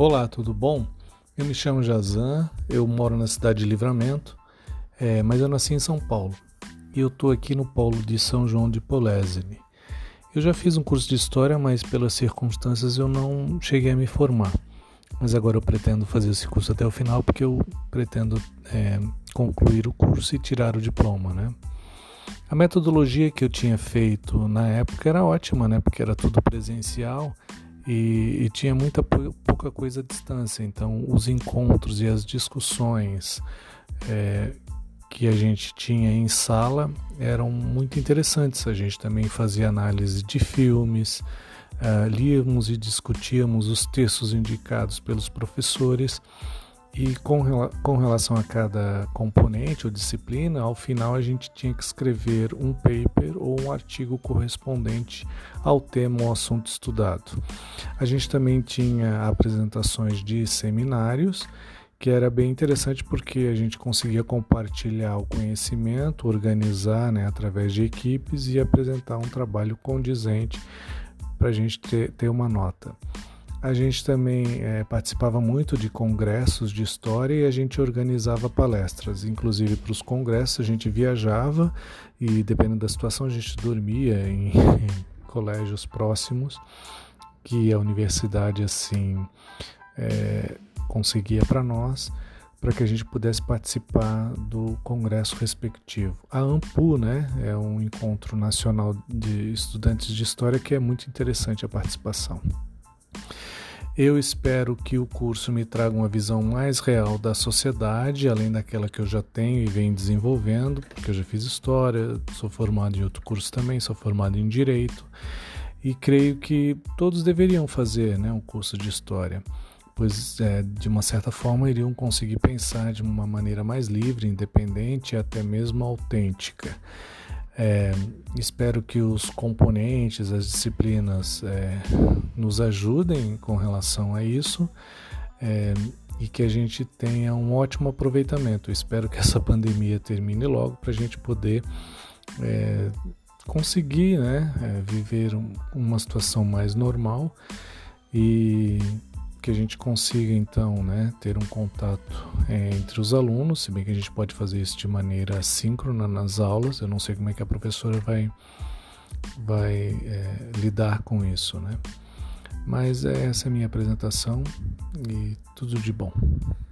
Olá, tudo bom? Eu me chamo Jazan, eu moro na cidade de Livramento, mas eu nasci em São Paulo e eu estou aqui no polo de São João de Polesine. Eu já fiz um curso de História, mas pelas circunstâncias eu não cheguei a me formar. Mas agora eu pretendo fazer esse curso até o final porque eu pretendo concluir o curso e tirar o diploma, né? A metodologia que eu tinha feito na época era ótima, né? Porque era tudo presencial e tinha pouca coisa à distância. Então, os encontros e as discussões que a gente tinha em sala eram muito interessantes. A gente também fazia análise de filmes, líamos e discutíamos os textos indicados pelos professores. E com relação a cada componente ou disciplina, ao final a gente tinha que escrever um paper ou um artigo correspondente ao tema ou assunto estudado. A gente também tinha apresentações de seminários, que era bem interessante porque a gente conseguia compartilhar o conhecimento, organizar, né, através de equipes e apresentar um trabalho condizente para a gente ter uma nota. A gente também participava muito de congressos de história e a gente organizava palestras. Inclusive para os congressos a gente viajava e, dependendo da situação, a gente dormia em colégios próximos que a universidade assim conseguia para nós, para que a gente pudesse participar do congresso respectivo. A AMPU, né, é um encontro nacional de estudantes de história que é muito interessante a participação. Eu espero que o curso me traga uma visão mais real da sociedade, além daquela que eu já tenho e venho desenvolvendo, porque eu já fiz História, sou formado em outro curso também, sou formado em Direito, e creio que todos deveriam fazer, né, um curso de História, pois de uma certa forma iriam conseguir pensar de uma maneira mais livre, independente e até mesmo autêntica. Espero que os componentes, as disciplinas nos ajudem com relação a isso e que a gente tenha um ótimo aproveitamento. Eu espero que essa pandemia termine logo para a gente poder conseguir, né, viver uma situação mais normal e que a gente consiga então, né, ter um contato entre os alunos, se bem que a gente pode fazer isso de maneira assíncrona nas aulas. Eu não sei como é que a professora vai lidar com isso, né? Mas essa é a minha apresentação e tudo de bom.